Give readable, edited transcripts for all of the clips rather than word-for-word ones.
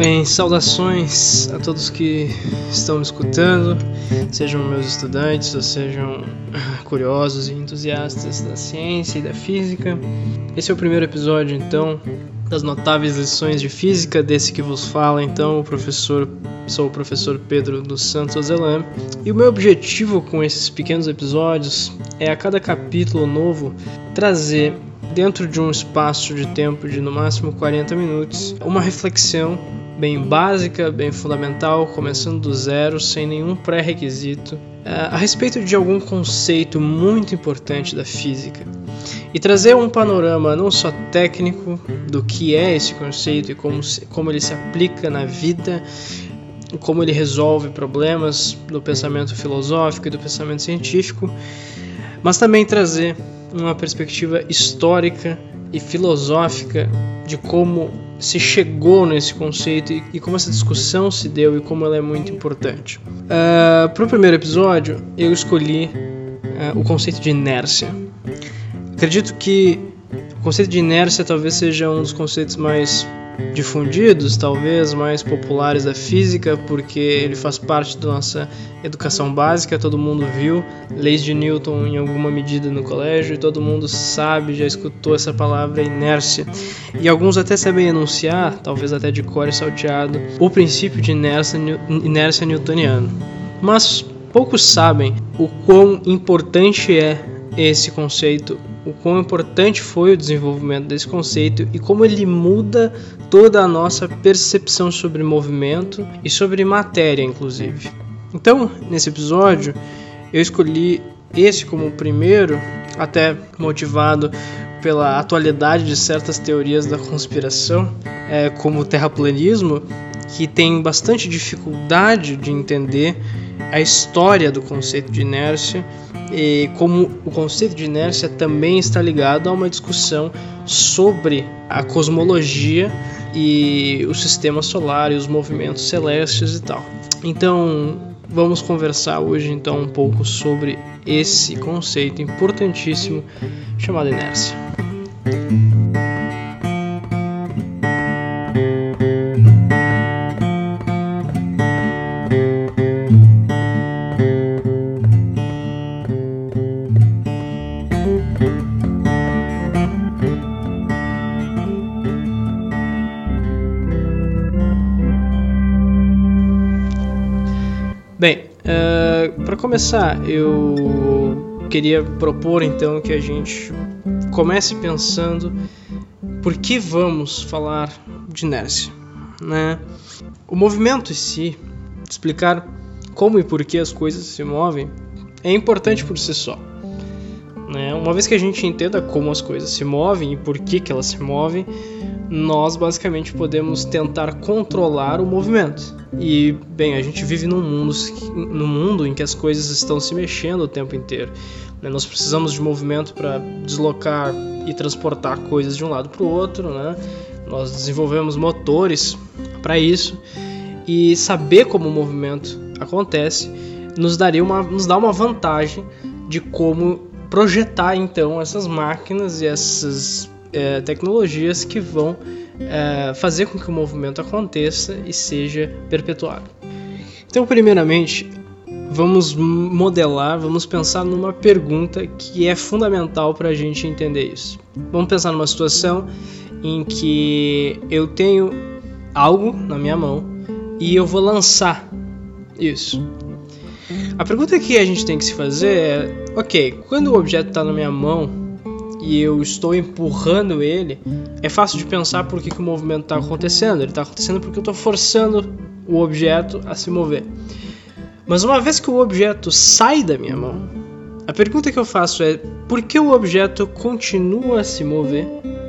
Bem, saudações a todos que estão me escutando, sejam meus estudantes ou sejam curiosos e entusiastas da ciência e da física. Esse é o primeiro episódio, então, das notáveis lições de física desse que vos fala, então, sou o professor Pedro dos Santos Ozelame. E o meu objetivo com esses pequenos episódios é a cada capítulo novo trazer, dentro de um espaço de tempo de no máximo 40 minutos, uma reflexão bem básica, bem fundamental, começando do zero, sem nenhum pré-requisito, a respeito de algum conceito muito importante da física. E trazer um panorama não só técnico do que é esse conceito e como ele se aplica na vida, como ele resolve problemas do pensamento filosófico e do pensamento científico, mas também trazer uma perspectiva histórica e filosófica de como se chegou nesse conceito e como essa discussão se deu e como ela é muito importante. Para o primeiro episódio, eu escolhi o conceito de inércia. Acredito que o conceito de inércia talvez seja um dos conceitos mais difundidos, talvez mais populares da física, porque ele faz parte da nossa educação básica. Todo mundo viu leis de Newton em alguma medida no colégio e todo mundo sabe, já escutou essa palavra inércia, e alguns até sabem enunciar, talvez até de cor e salteado, o princípio de inércia newtoniano. Mas poucos sabem o quão importante é esse conceito, o quão importante foi o desenvolvimento desse conceito e como ele muda toda a nossa percepção sobre movimento e sobre matéria, inclusive. Então, nesse episódio, eu escolhi esse como o primeiro, até motivado pela atualidade de certas teorias da conspiração, como o terraplanismo, que tem bastante dificuldade de entender a história do conceito de inércia, e como o conceito de inércia também está ligado a uma discussão sobre a cosmologia e o sistema solar e os movimentos celestes e tal. Então, vamos conversar hoje então um pouco sobre esse conceito importantíssimo chamado inércia. Bem, para começar, eu queria propor então que a gente comece pensando por que vamos falar de inércia, né? O movimento em si, explicar como e por que as coisas se movem, é importante por si só, né? Uma vez que a gente entenda como as coisas se movem e por que elas se movem, nós basicamente podemos tentar controlar o movimento. E, bem, a gente vive num mundo em que as coisas estão se mexendo o tempo inteiro, né? Nós precisamos de movimento para deslocar e transportar coisas de um lado para o outro, né? Nós desenvolvemos motores para isso, e saber como o movimento acontece nos dá uma vantagem de como projetar então essas máquinas e essas tecnologias que vão fazer com que o movimento aconteça e seja perpetuado. Então, primeiramente, vamos pensar numa pergunta que é fundamental para a gente entender isso. Vamos pensar numa situação em que eu tenho algo na minha mão e eu vou lançar isso. A pergunta que a gente tem que se fazer é, ok, quando o objeto está na minha mão e eu estou empurrando ele, é fácil de pensar por que o movimento está acontecendo. Ele está acontecendo porque eu estou forçando o objeto a se mover. Mas uma vez que o objeto sai da minha mão, a pergunta que eu faço é, por que o objeto continua a se mover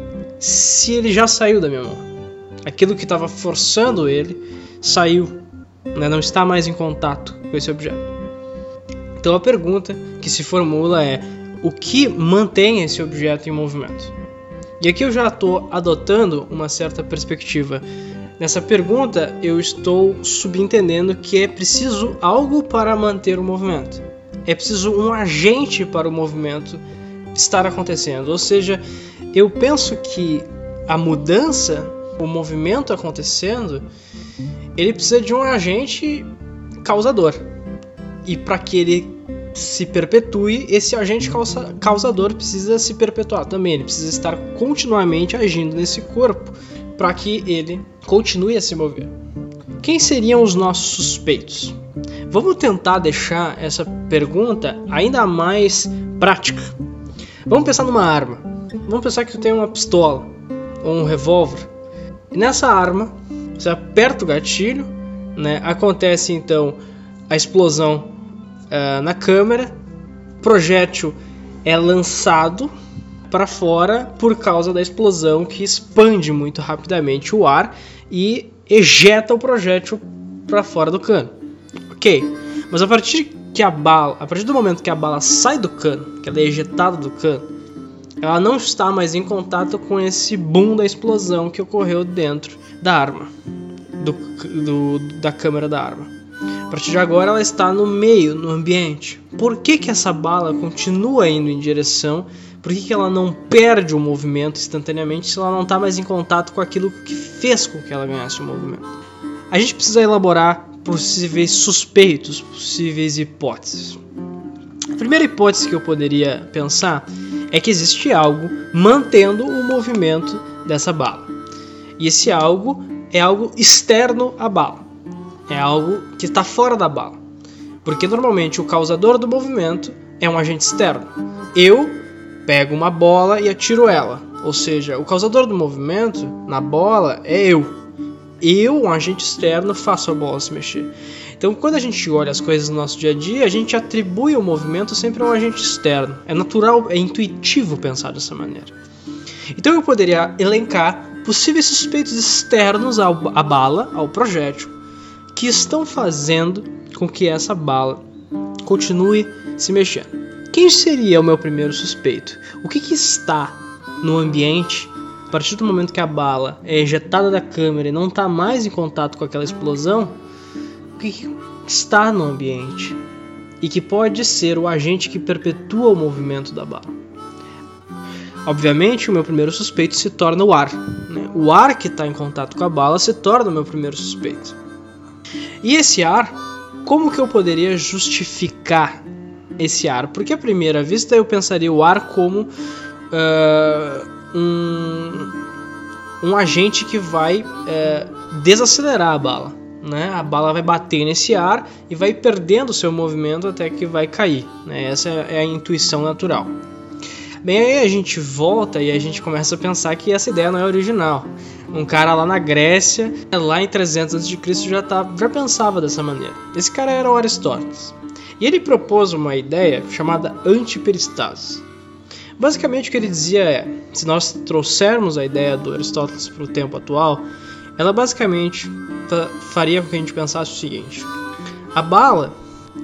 se ele já saiu da minha mão? Aquilo que estava forçando ele saiu, né? Não está mais em contato com esse objeto. Então a pergunta que se formula é, o que mantém esse objeto em movimento? E aqui eu já estou adotando uma certa perspectiva. Nessa pergunta eu estou subentendendo que é preciso algo para manter o movimento. É preciso um agente para o movimento estar acontecendo. Ou seja, eu penso que a mudança o movimento acontecendo, ele precisa de um agente causador. E para que ele se perpetue, esse agente causador precisa se perpetuar também. Ele precisa estar continuamente agindo nesse corpo para que ele continue a se mover. Quem seriam os nossos suspeitos? Vamos tentar deixar essa pergunta ainda mais prática. Vamos pensar numa arma. Vamos pensar que tu tem uma pistola ou um revólver. E nessa arma, você aperta o gatilho, né? Acontece então a explosão na câmera, o projétil é lançado para fora por causa da explosão que expande muito rapidamente o ar e ejeta o projétil para fora do cano. Ok, mas a partir do momento que a bala sai do cano, que ela é ejetada do cano, ela não está mais em contato com esse boom da explosão que ocorreu dentro da arma, da câmera da arma. A partir de agora ela está no meio, no ambiente. Por que essa bala continua indo em direção? Por que ela não perde o movimento instantaneamente se ela não está mais em contato com aquilo que fez com que ela ganhasse o movimento? A gente precisa elaborar possíveis suspeitos, possíveis hipóteses. A primeira hipótese que eu poderia pensar é que existe algo mantendo o movimento dessa bala. E esse algo é algo externo à bala. É algo que está fora da bala. Porque normalmente o causador do movimento é um agente externo. Eu pego uma bola e atiro ela. Ou seja, o causador do movimento na bola é eu. Eu, um agente externo, faço a bola se mexer. Então, quando a gente olha as coisas no nosso dia a dia, a gente atribui o movimento sempre a um agente externo. É natural, é intuitivo pensar dessa maneira. Então, eu poderia elencar possíveis suspeitos externos à bala, ao projétil, que estão fazendo com que essa bala continue se mexendo. Quem seria o meu primeiro suspeito? O que está no ambiente a partir do momento que a bala é ejetada da câmera e não está mais em contato com aquela explosão? O que está no ambiente e que pode ser o agente que perpetua o movimento da bala? Obviamente, o meu primeiro suspeito se torna o ar, né? O ar que está em contato com a bala se torna o meu primeiro suspeito. E esse ar, como que eu poderia justificar esse ar? Porque à primeira vista eu pensaria o ar como um agente que vai desacelerar a bala, né? A bala vai bater nesse ar e vai perdendo o seu movimento até que vai cair, né? Essa é a intuição natural. Bem, aí a gente volta e a gente começa a pensar que essa ideia não é original. Um cara lá na Grécia, lá em 300 a.C., já pensava dessa maneira. Esse cara era o Aristóteles. E ele propôs uma ideia chamada antiperistase. Basicamente o que ele dizia é, se nós trouxermos a ideia do Aristóteles para o tempo atual, ela basicamente faria com que a gente pensasse o seguinte: a bala,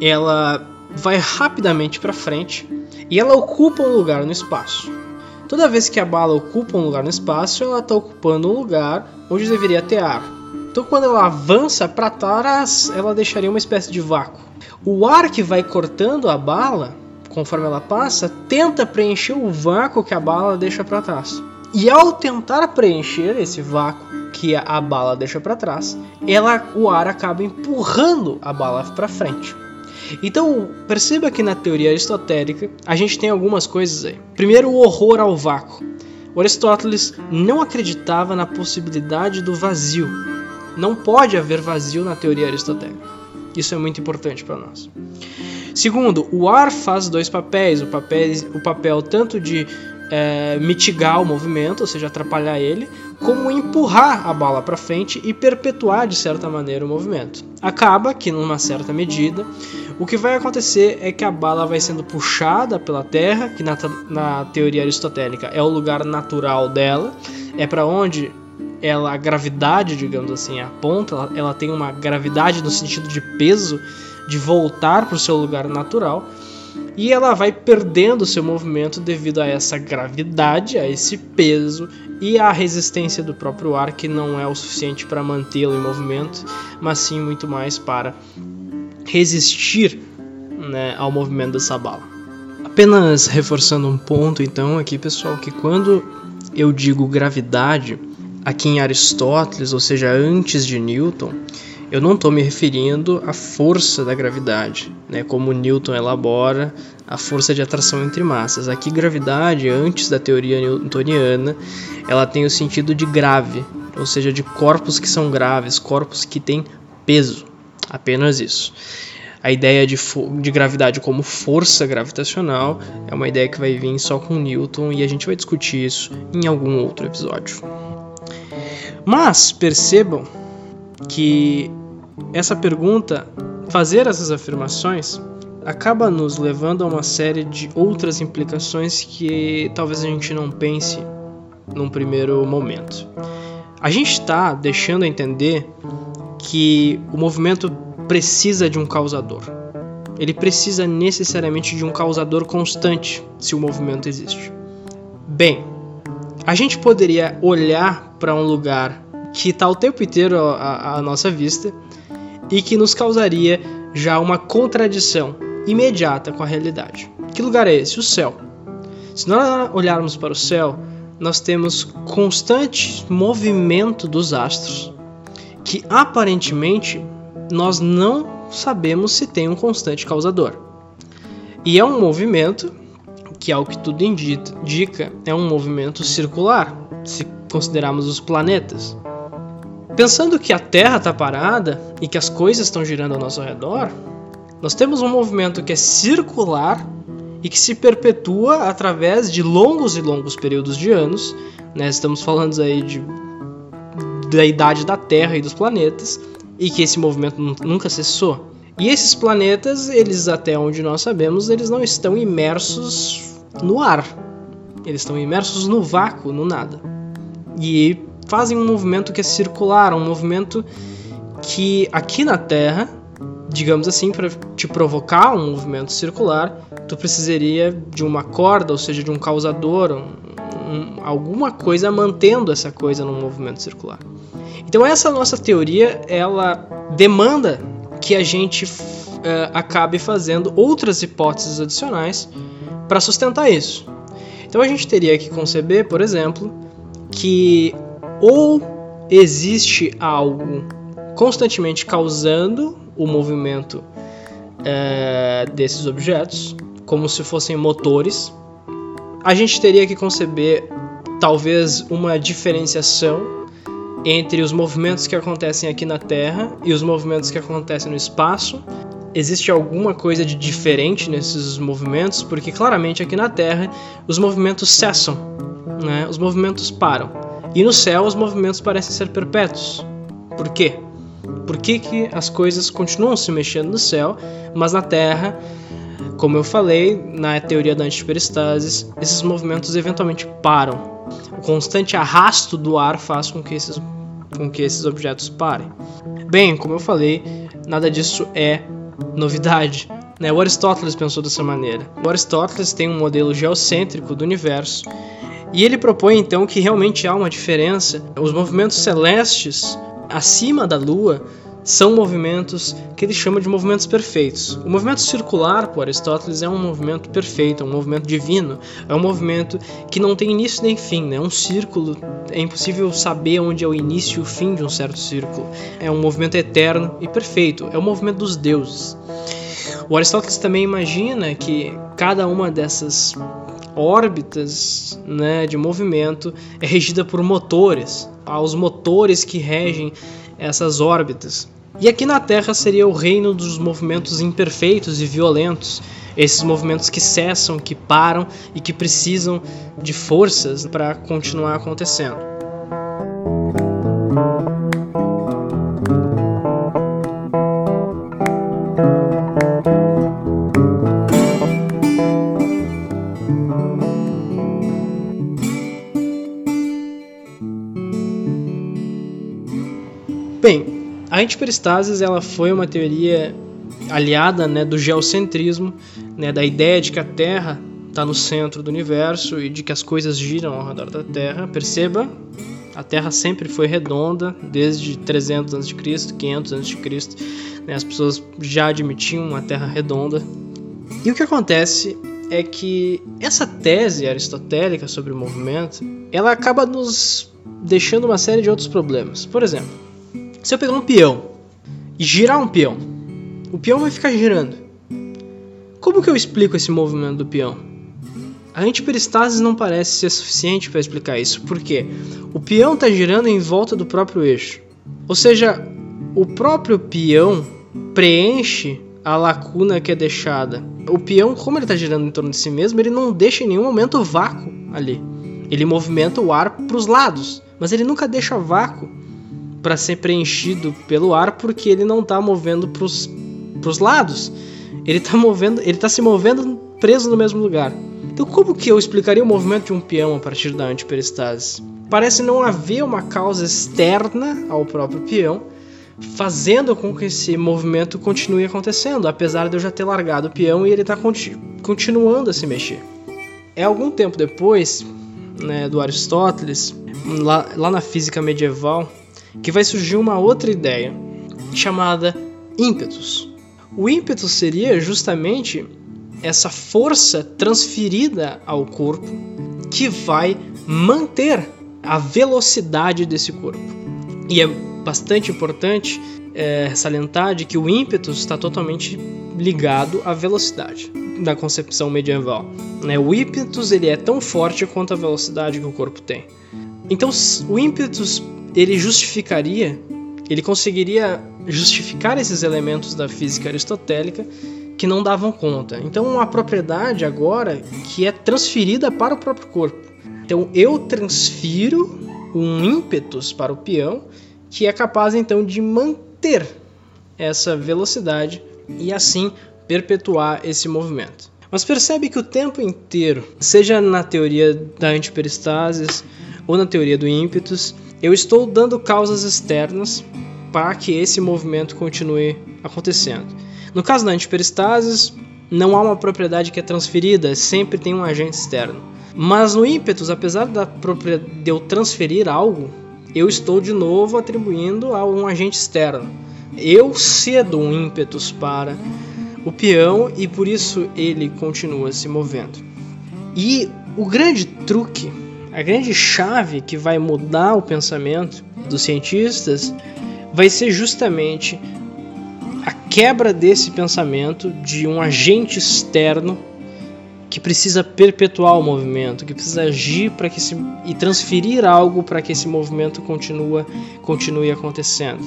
ela vai rapidamente para frente e ela ocupa um lugar no espaço. Toda vez que a bala ocupa um lugar no espaço, ela está ocupando um lugar onde deveria ter ar. Então quando ela avança para trás, ela deixaria uma espécie de vácuo. O ar que vai cortando a bala, conforme ela passa, tenta preencher o vácuo que a bala deixa para trás. E ao tentar preencher esse vácuo que a bala deixa para trás, o ar acaba empurrando a bala para frente. Então, perceba que na teoria aristotélica a gente tem algumas coisas aí. Primeiro, o horror ao vácuo. O Aristóteles não acreditava na possibilidade do vazio. Não pode haver vazio na teoria aristotélica. Isso é muito importante para nós. Segundo, o ar faz dois papéis. O papel tanto de mitigar o movimento, ou seja, atrapalhar ele, como empurrar a bala para frente e perpetuar de certa maneira o movimento. Acaba que, numa certa medida, o que vai acontecer é que a bala vai sendo puxada pela Terra, que na teoria aristotélica é o lugar natural dela, é para onde a gravidade, digamos assim, aponta. Ela tem uma gravidade no sentido de peso, de voltar para o seu lugar natural. E ela vai perdendo seu movimento devido a essa gravidade, a esse peso e à resistência do próprio ar, que não é o suficiente para mantê-lo em movimento, mas sim muito mais para resistir, né, ao movimento dessa bala. Apenas reforçando um ponto então aqui, pessoal, que quando eu digo gravidade, aqui em Aristóteles, ou seja, antes de Newton, eu não estou me referindo à força da gravidade, né, como Newton elabora a força de atração entre massas. Aqui, gravidade, antes da teoria newtoniana, ela tem o sentido de grave, ou seja, de corpos que são graves, corpos que têm peso, apenas isso. A ideia de gravidade como força gravitacional é uma ideia que vai vir só com Newton, e a gente vai discutir isso em algum outro episódio. Mas percebam que essa pergunta, fazer essas afirmações, acaba nos levando a uma série de outras implicações que talvez a gente não pense num primeiro momento. A gente está deixando a entender que o movimento precisa de um causador. Ele precisa necessariamente de um causador constante se o movimento existe. Bem, a gente poderia olhar para um lugar que está o tempo inteiro à nossa vista e que nos causaria já uma contradição imediata com a realidade. Que lugar é esse? O céu. Se nós olharmos para o céu, nós temos constante movimento dos astros, que aparentemente nós não sabemos se tem um constante causador. E é um movimento que, ao que tudo indica, é um movimento circular, se considerarmos os planetas. Pensando que a Terra está parada e que as coisas estão girando ao nosso redor, nós temos um movimento que é circular e que se perpetua através de longos e longos períodos de anos, né? Estamos falando aí da idade da Terra e dos planetas, e que esse movimento nunca cessou. E esses planetas, eles, até onde nós sabemos, eles não estão imersos no ar. Eles estão imersos no vácuo, no nada. E fazem um movimento que é circular, um movimento que aqui na Terra, digamos assim, para te provocar um movimento circular, tu precisaria de uma corda, ou seja, de um causador, alguma coisa mantendo essa coisa num movimento circular. Então essa nossa teoria, ela demanda que a gente acabe fazendo outras hipóteses adicionais para sustentar isso. Então a gente teria que conceber, por exemplo, que ou existe algo constantemente causando o movimento desses objetos, como se fossem motores. A gente teria que conceber talvez uma diferenciação entre os movimentos que acontecem aqui na Terra e os movimentos que acontecem no espaço. Existe alguma coisa de diferente nesses movimentos, porque claramente aqui na Terra os movimentos cessam, né? Os movimentos param. E no céu os movimentos parecem ser perpétuos. Por quê? Por que as coisas continuam se mexendo no céu, mas na Terra, como eu falei, na teoria da antiperistalsis, esses movimentos eventualmente param. O constante arrasto do ar faz com que esses objetos parem. Bem, como eu falei, nada disso é novidade, né? O Aristóteles pensou dessa maneira. O Aristóteles tem um modelo geocêntrico do universo e ele propõe então que realmente há uma diferença. Os movimentos celestes acima da Lua são movimentos que ele chama de movimentos perfeitos. O movimento circular, por Aristóteles, é um movimento perfeito, é um movimento divino, é um movimento que não tem início nem fim, né? Um círculo, é impossível saber onde é o início e o fim de um certo círculo. É um movimento eterno e perfeito, é o movimento dos deuses. O Aristóteles também imagina que cada uma dessas órbitas, né, de movimento é regida por motores. Há os motores que regem essas órbitas. E aqui na Terra seria o reino dos movimentos imperfeitos e violentos, esses movimentos que cessam, que param e que precisam de forças para continuar acontecendo. Bem, a antiperistalsis ela foi uma teoria aliada, né, do geocentrismo, né, da ideia de que a Terra está no centro do universo e de que as coisas giram ao redor da Terra. Perceba, a Terra sempre foi redonda, desde 300 a.C., 500 a.C., né, as pessoas já admitiam uma Terra redonda. E o que acontece é que essa tese aristotélica sobre o movimento, ela acaba nos deixando uma série de outros problemas. Por exemplo, se eu pegar um peão e girar um peão, o peão vai ficar girando. Como que eu explico esse movimento do peão? A antiperistalse não parece ser suficiente para explicar isso, porque o peão está girando em volta do próprio eixo. Ou seja, o próprio peão preenche a lacuna que é deixada. O peão, como ele está girando em torno de si mesmo, ele não deixa em nenhum momento vácuo ali. Ele movimenta o ar para os lados, mas ele nunca deixa vácuo para ser preenchido pelo ar, porque ele não está movendo para os lados. Ele está se movendo preso no mesmo lugar. Então, como que eu explicaria o movimento de um peão a partir da antiperistalse? Parece não haver uma causa externa ao próprio peão, fazendo com que esse movimento continue acontecendo, apesar de eu já ter largado o peão e ele está continuando a se mexer. É algum tempo depois, né, do Aristóteles, lá na física medieval, que vai surgir uma outra ideia, chamada ímpetus. O ímpetus seria justamente essa força transferida ao corpo que vai manter a velocidade desse corpo. E é bastante importante salientar de que o ímpetus está totalmente ligado à velocidade da concepção medieval. O ímpetus ele é tão forte quanto a velocidade que o corpo tem. Então o ímpetus ele conseguiria justificar esses elementos da física aristotélica que não davam conta. Então uma propriedade agora que é transferida para o próprio corpo. Então eu transfiro um ímpetus para o peão que é capaz então de manter essa velocidade e assim perpetuar esse movimento. Mas percebe que o tempo inteiro, seja na teoria da antiperistalse ou na teoria do ímpetus, eu estou dando causas externas para que esse movimento continue acontecendo. No caso da antiperistalse, não há uma propriedade que é transferida, sempre tem um agente externo. Mas no ímpetus, apesar de eu transferir algo, eu estou de novo atribuindo a um agente externo. Eu cedo um ímpetus para o peão e por isso ele continua se movendo. E o grande truque, a grande chave que vai mudar o pensamento dos cientistas vai ser justamente a quebra desse pensamento de um agente externo que precisa perpetuar o movimento, que precisa agir e transferir algo para que esse movimento continue acontecendo.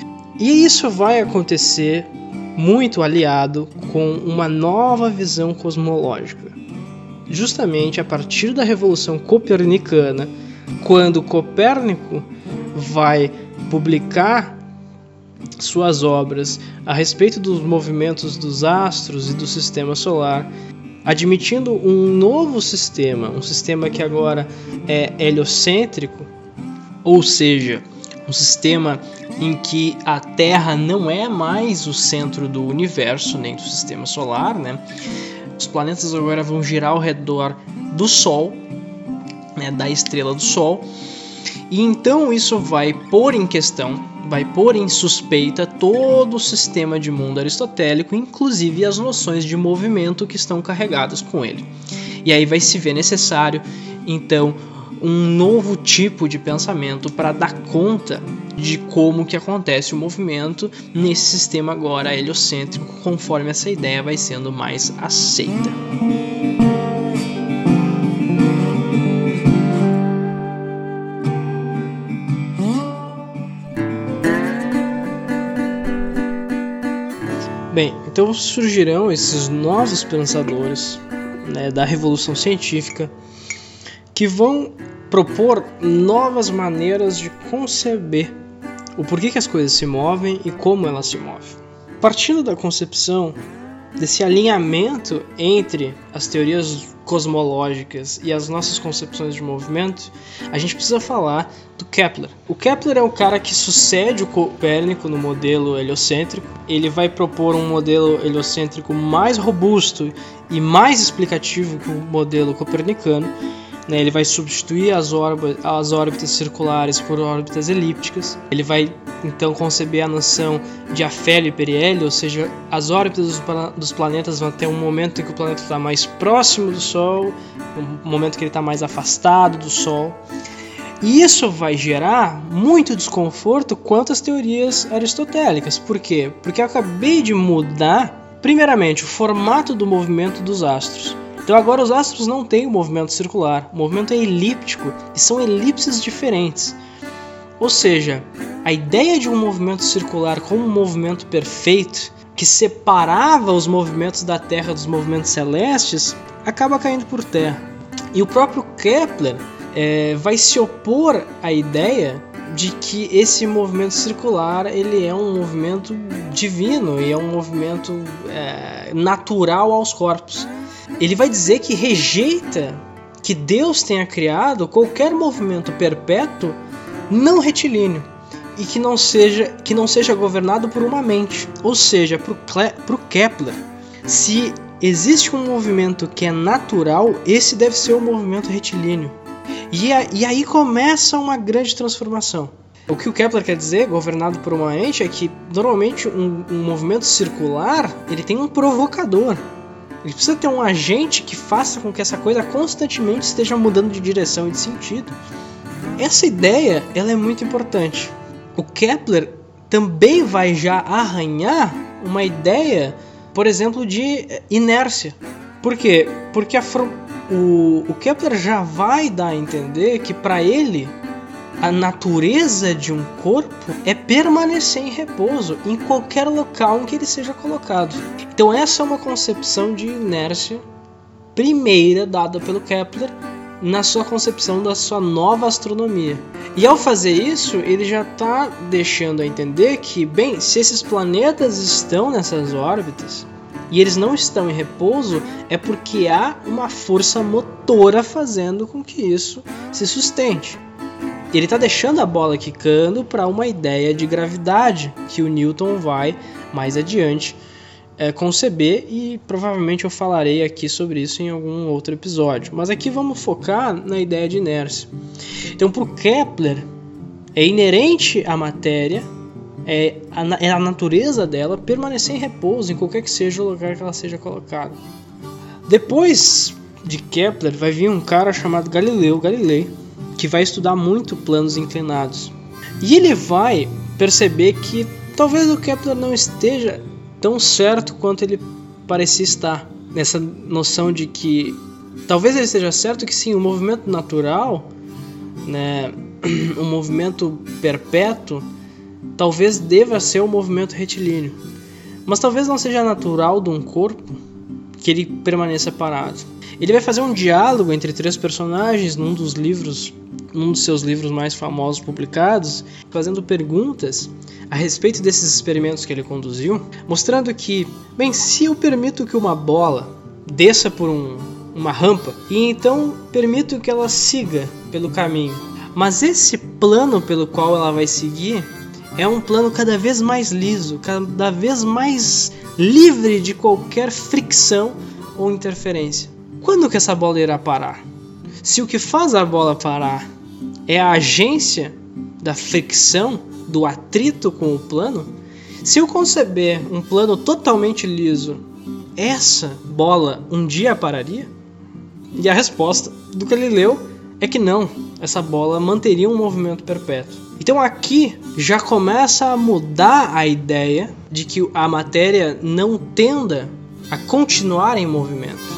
E isso vai acontecer muito aliado com uma nova visão cosmológica. Justamente a partir da Revolução Copernicana, quando Copérnico vai publicar suas obras a respeito dos movimentos dos astros e do sistema solar, admitindo um novo sistema, um sistema que agora é heliocêntrico, ou seja, um sistema em que a Terra não é mais o centro do universo, nem do sistema solar, né? Os planetas agora vão girar ao redor do Sol, né, da estrela do Sol, e então isso vai pôr em questão, vai pôr em suspeita todo o sistema de mundo aristotélico, inclusive as noções de movimento que estão carregadas com ele. E aí vai se ver necessário, então, um novo tipo de pensamento para dar conta de como que acontece o movimento nesse sistema agora heliocêntrico, conforme essa ideia vai sendo mais aceita. Bem, então surgirão esses novos pensadores, né, da Revolução Científica que vão propor novas maneiras de conceber o porquê que as coisas se movem e como elas se movem. Partindo da concepção desse alinhamento entre as teorias cosmológicas e as nossas concepções de movimento, a gente precisa falar do Kepler. O Kepler é o cara que sucede o Copérnico no modelo heliocêntrico. Ele vai propor um modelo heliocêntrico mais robusto e mais explicativo que o modelo copernicano. Ele vai substituir as órbitas circulares por órbitas elípticas. Ele vai então conceber a noção de afélio e periélio, ou seja, as órbitas dos planetas vão ter um momento em que o planeta está mais próximo do Sol, um momento que ele está mais afastado do Sol. E isso vai gerar muito desconforto quanto às teorias aristotélicas. Por quê? Porque eu acabei de mudar, primeiramente, o formato do movimento dos astros. Então agora os astros não têm um movimento circular, o movimento é elíptico e são elipses diferentes. Ou seja, a ideia de um movimento circular como um movimento perfeito, que separava os movimentos da Terra dos movimentos celestes, acaba caindo por terra. E o próprio Kepler vai se opor à ideia de que esse movimento circular ele é um movimento divino e é um movimento natural aos corpos. Ele vai dizer que rejeita que Deus tenha criado qualquer movimento perpétuo não retilíneo e que não seja governado por uma mente. Ou seja, para o Kepler, se existe um movimento que é natural, esse deve ser o movimento retilíneo. E aí começa uma grande transformação. O que o Kepler quer dizer, governado por uma mente, é que normalmente um movimento circular ele tem um provocador. Ele precisa ter um agente que faça com que essa coisa constantemente esteja mudando de direção e de sentido. Essa ideia ela é muito importante. O Kepler também vai já arranhar uma ideia, por exemplo, de inércia. Por quê? Porque o Kepler já vai dar a entender que para ele a natureza de um corpo é permanecer em repouso em qualquer local em que ele seja colocado. Então essa é uma concepção de inércia primeira dada pelo Kepler na sua concepção da sua nova astronomia. E ao fazer isso, ele já está deixando a entender que, bem, se esses planetas estão nessas órbitas e eles não estão em repouso, é porque há uma força motora fazendo com que isso se sustente. Ele está deixando a bola quicando para uma ideia de gravidade que o Newton vai mais adiante conceber, e provavelmente eu falarei aqui sobre isso em algum outro episódio. Mas aqui vamos focar na ideia de inércia. Então, para o Kepler, é inerente à matéria, é a natureza dela permanecer em repouso em qualquer que seja o lugar que ela seja colocada. Depois de Kepler vai vir um cara chamado Galileu Galilei, que vai estudar muito planos inclinados. E ele vai perceber que talvez o Kepler não esteja tão certo quanto ele parecia estar. Nessa noção de que talvez ele esteja certo que sim, o movimento natural, né, o movimento perpétuo, talvez deva ser o movimento retilíneo. Mas talvez não seja natural de um corpo que ele permaneça parado. Ele vai fazer um diálogo entre três personagens num dos seus livros mais famosos publicados, fazendo perguntas a respeito desses experimentos que ele conduziu, mostrando que, bem, se eu permito que uma bola desça por uma rampa e então permito que ela siga pelo caminho, mas esse plano pelo qual ela vai seguir é um plano cada vez mais liso, cada vez mais livre de qualquer fricção ou interferência. Quando que essa bola irá parar? Se o que faz a bola parar é a agência da fricção, do atrito com o plano, se eu conceber um plano totalmente liso, essa bola um dia pararia? E a resposta do Galileu é que não, essa bola manteria um movimento perpétuo. Então aqui já começa a mudar a ideia de que a matéria não tenda a continuar em movimento.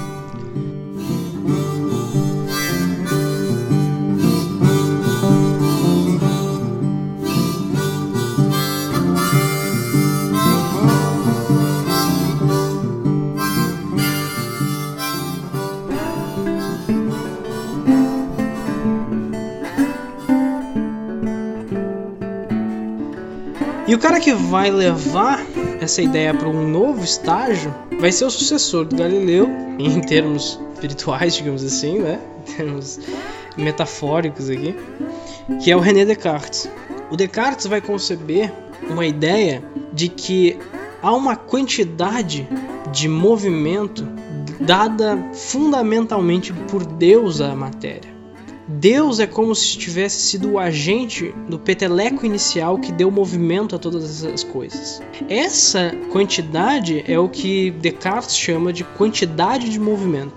E o cara que vai levar essa ideia para um novo estágio vai ser o sucessor do Galileu, em termos espirituais, digamos assim, né? Em termos metafóricos aqui, que é o René Descartes. O Descartes vai conceber uma ideia de que há uma quantidade de movimento dada fundamentalmente por Deus à matéria. Deus é como se tivesse sido o agente do peteleco inicial que deu movimento a todas essas coisas. Essa quantidade é o que Descartes chama de quantidade de movimento.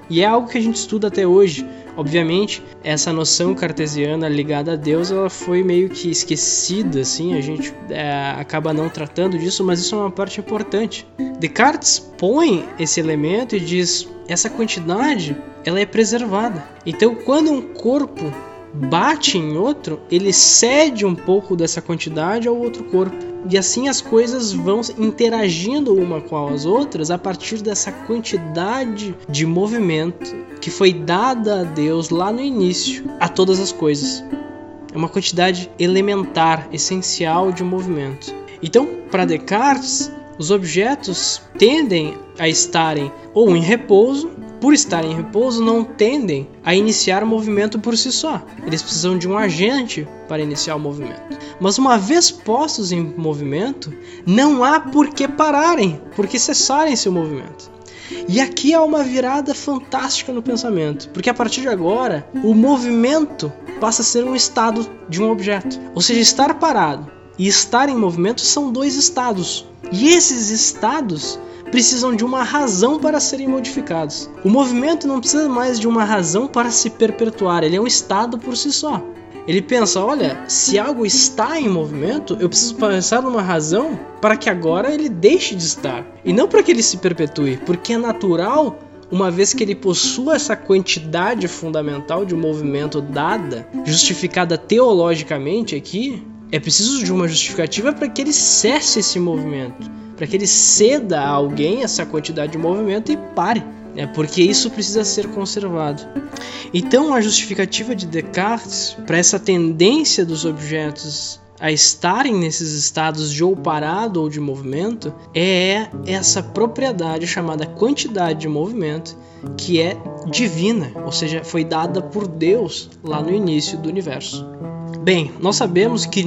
E é algo que a gente estuda até hoje. Obviamente, essa noção cartesiana ligada a Deus, ela foi meio que esquecida, assim, a gente acaba não tratando disso, mas isso é uma parte importante. Descartes põe esse elemento e diz, essa quantidade, ela é preservada. Então, quando um corpo bate em outro, ele cede um pouco dessa quantidade ao outro corpo. E assim as coisas vão interagindo uma com as outras a partir dessa quantidade de movimento que foi dada a Deus lá no início a todas as coisas. É uma quantidade elementar, essencial de movimento. Então, para Descartes, os objetos tendem a estarem ou em repouso. Por estarem em repouso, não tendem a iniciar o movimento por si só. Eles precisam de um agente para iniciar o movimento. Mas uma vez postos em movimento, não há por que pararem, por que cessarem seu movimento. E aqui há uma virada fantástica no pensamento, porque a partir de agora, o movimento passa a ser um estado de um objeto. Ou seja, estar parado e estar em movimento são dois estados. E esses estados precisam de uma razão para serem modificados. O movimento não precisa mais de uma razão para se perpetuar, ele é um estado por si só. Ele pensa, olha, se algo está em movimento, eu preciso pensar numa razão para que agora ele deixe de estar. E não para que ele se perpetue, porque é natural, uma vez que ele possua essa quantidade fundamental de movimento dada, justificada teologicamente aqui, é preciso de uma justificativa para que ele cesse esse movimento, para que ele ceda a alguém essa quantidade de movimento e pare, porque isso precisa ser conservado. Então a justificativa de Descartes para essa tendência dos objetos a estarem nesses estados de ou parado ou de movimento é essa propriedade chamada quantidade de movimento, que é divina, ou seja, foi dada por Deus lá no início do universo. Bem, nós sabemos que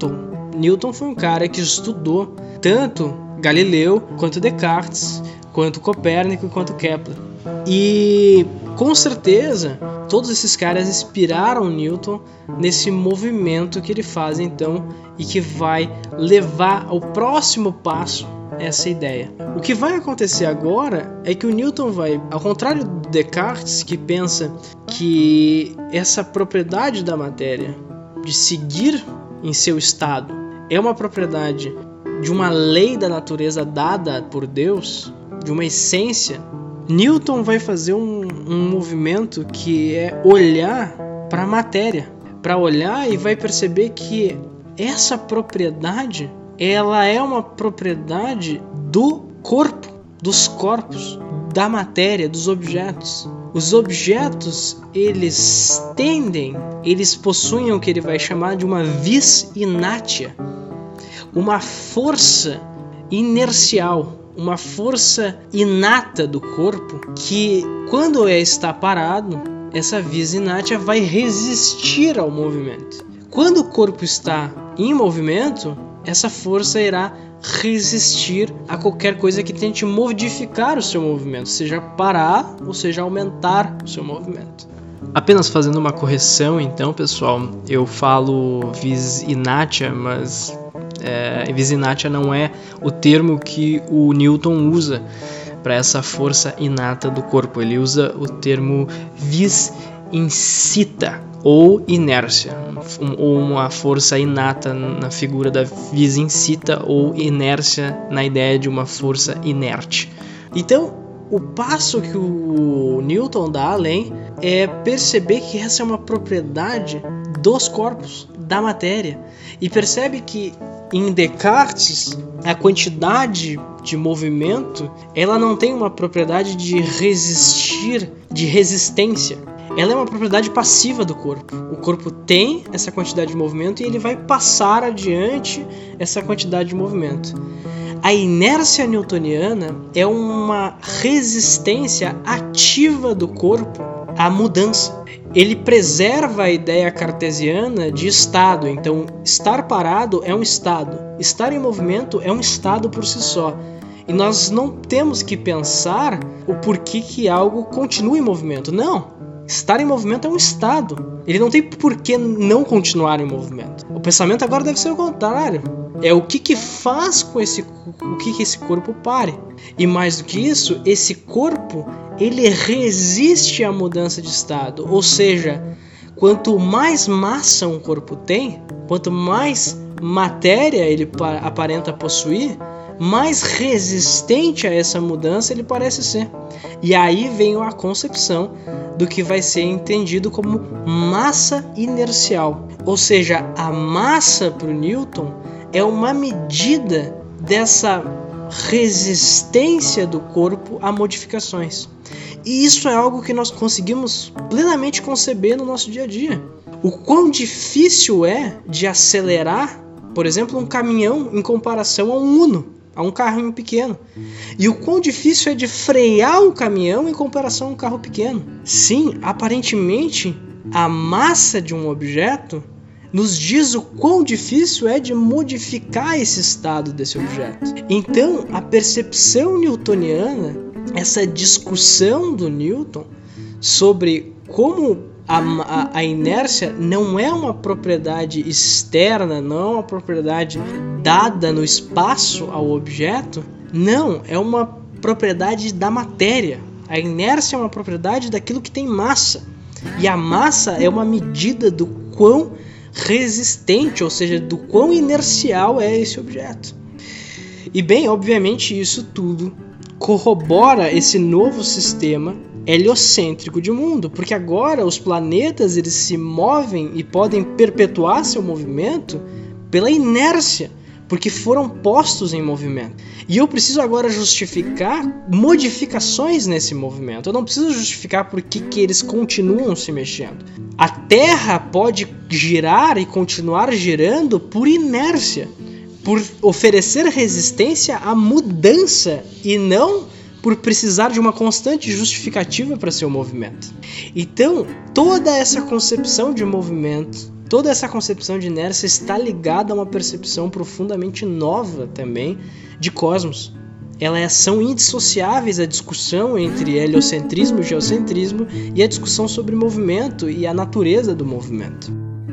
Newton foi um cara que estudou tanto Galileu, quanto Descartes, quanto Copérnico e quanto Kepler. E com certeza todos esses caras inspiraram Newton nesse movimento que ele faz então e que vai levar ao próximo passo essa ideia. O que vai acontecer agora é que o Newton vai, ao contrário do Descartes, que pensa que essa propriedade da matéria de seguir em seu estado é uma propriedade de uma lei da natureza dada por Deus, de uma essência. Newton vai fazer um movimento que é olhar para a matéria, para olhar e vai perceber que essa propriedade, ela é uma propriedade do corpo, dos corpos, da matéria, dos objetos. Os objetos, eles possuem o que ele vai chamar de uma vis inertia, uma força inercial, uma força inata do corpo que, quando está parado, essa vis inertia vai resistir ao movimento. Quando o corpo está em movimento, essa força irá resistir a qualquer coisa que tente modificar o seu movimento, seja parar ou seja aumentar o seu movimento. Apenas fazendo uma correção, então, pessoal, eu falo vis inertia, mas vis inertia não é o termo que o Newton usa para essa força inata do corpo. Ele usa o termo vis incita ou inércia, ou uma força inata na figura da vis incita ou inércia na ideia de uma força inerte. Então, o passo que o Newton dá além é perceber que essa é uma propriedade dos corpos, da matéria, e percebe que em Descartes a quantidade de movimento ela não tem uma propriedade de resistir, de resistência. Ela é uma propriedade passiva do corpo. O corpo tem essa quantidade de movimento e ele vai passar adiante essa quantidade de movimento. A inércia newtoniana é uma resistência ativa do corpo à mudança. Ele preserva a ideia cartesiana de estado. Então, estar parado é um estado. Estar em movimento é um estado por si só. E nós não temos que pensar o porquê que algo continua em movimento. Não. Estar em movimento é um estado. Ele não tem por que não continuar em movimento. O pensamento agora deve ser o contrário. É o que faz com que esse corpo pare. E mais do que isso, esse corpo, ele resiste à mudança de estado. Ou seja, quanto mais massa um corpo tem, quanto mais matéria ele aparenta possuir, mais resistente a essa mudança ele parece ser. E aí vem a concepção do que vai ser entendido como massa inercial. Ou seja, a massa para o Newton é uma medida dessa resistência do corpo a modificações. E isso é algo que nós conseguimos plenamente conceber no nosso dia a dia. O quão difícil é de acelerar, por exemplo, um caminhão em comparação a um Uno, a um carrinho pequeno. E o quão difícil é de frear um caminhão em comparação a um carro pequeno. Sim, aparentemente, a massa de um objeto nos diz o quão difícil é de modificar esse estado desse objeto. Então, a percepção newtoniana, essa discussão do Newton sobre como a inércia não é uma propriedade externa, não é uma propriedade dada no espaço ao objeto, não, é uma propriedade da matéria. A inércia é uma propriedade daquilo que tem massa. E a massa é uma medida do quão resistente, ou seja, do quão inercial é esse objeto. E bem, obviamente isso tudo corrobora esse novo sistema heliocêntrico de mundo, porque agora os planetas eles se movem e podem perpetuar seu movimento pela inércia, porque foram postos em movimento. E eu preciso agora justificar modificações nesse movimento. Eu não preciso justificar por que eles continuam se mexendo. A Terra pode girar e continuar girando por inércia, por oferecer resistência à mudança e não por precisar de uma constante justificativa para seu movimento. Então, toda essa concepção de movimento, toda essa concepção de inércia está ligada a uma percepção profundamente nova também de cosmos. Elas são indissociáveis à discussão entre heliocentrismo e geocentrismo e a discussão sobre movimento e a natureza do movimento.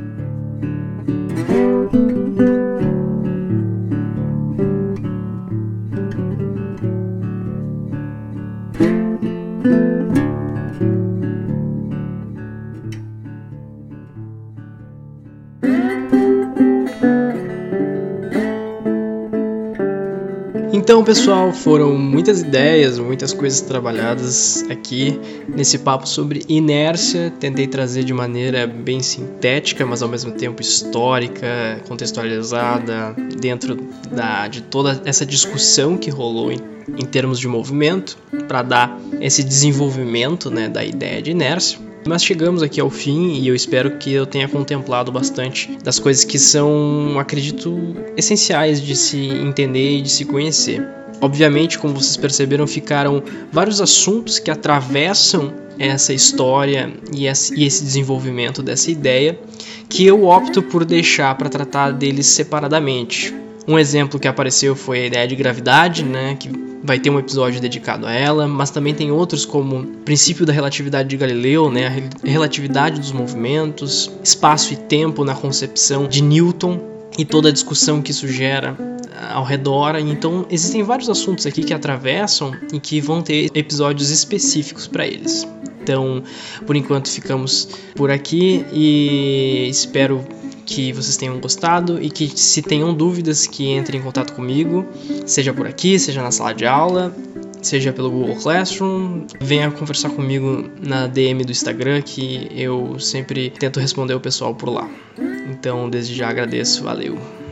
Então, pessoal, foram muitas ideias, muitas coisas trabalhadas aqui nesse papo sobre inércia. Tentei trazer de maneira bem sintética, mas ao mesmo tempo histórica, contextualizada, dentro de toda essa discussão que rolou em termos de movimento, para dar esse desenvolvimento, né, da ideia de inércia. Mas chegamos aqui ao fim e eu espero que eu tenha contemplado bastante das coisas que são, acredito, essenciais de se entender e de se conhecer. Obviamente, como vocês perceberam, ficaram vários assuntos que atravessam essa história e esse desenvolvimento dessa ideia que eu opto por deixar para tratar deles separadamente. Um exemplo que apareceu foi a ideia de gravidade, né, que vai ter um episódio dedicado a ela, mas também tem outros como o princípio da relatividade de Galileu, né, a relatividade dos movimentos, espaço e tempo na concepção de Newton e toda a discussão que isso gera ao redor. Então existem vários assuntos aqui que atravessam e que vão ter episódios específicos para eles. Então, por enquanto ficamos por aqui e espero que vocês tenham gostado e que, se tenham dúvidas, que entrem em contato comigo, seja por aqui, seja na sala de aula, seja pelo Google Classroom. Venha conversar comigo na DM do Instagram, que eu sempre tento responder o pessoal por lá. Então, desde já agradeço, valeu!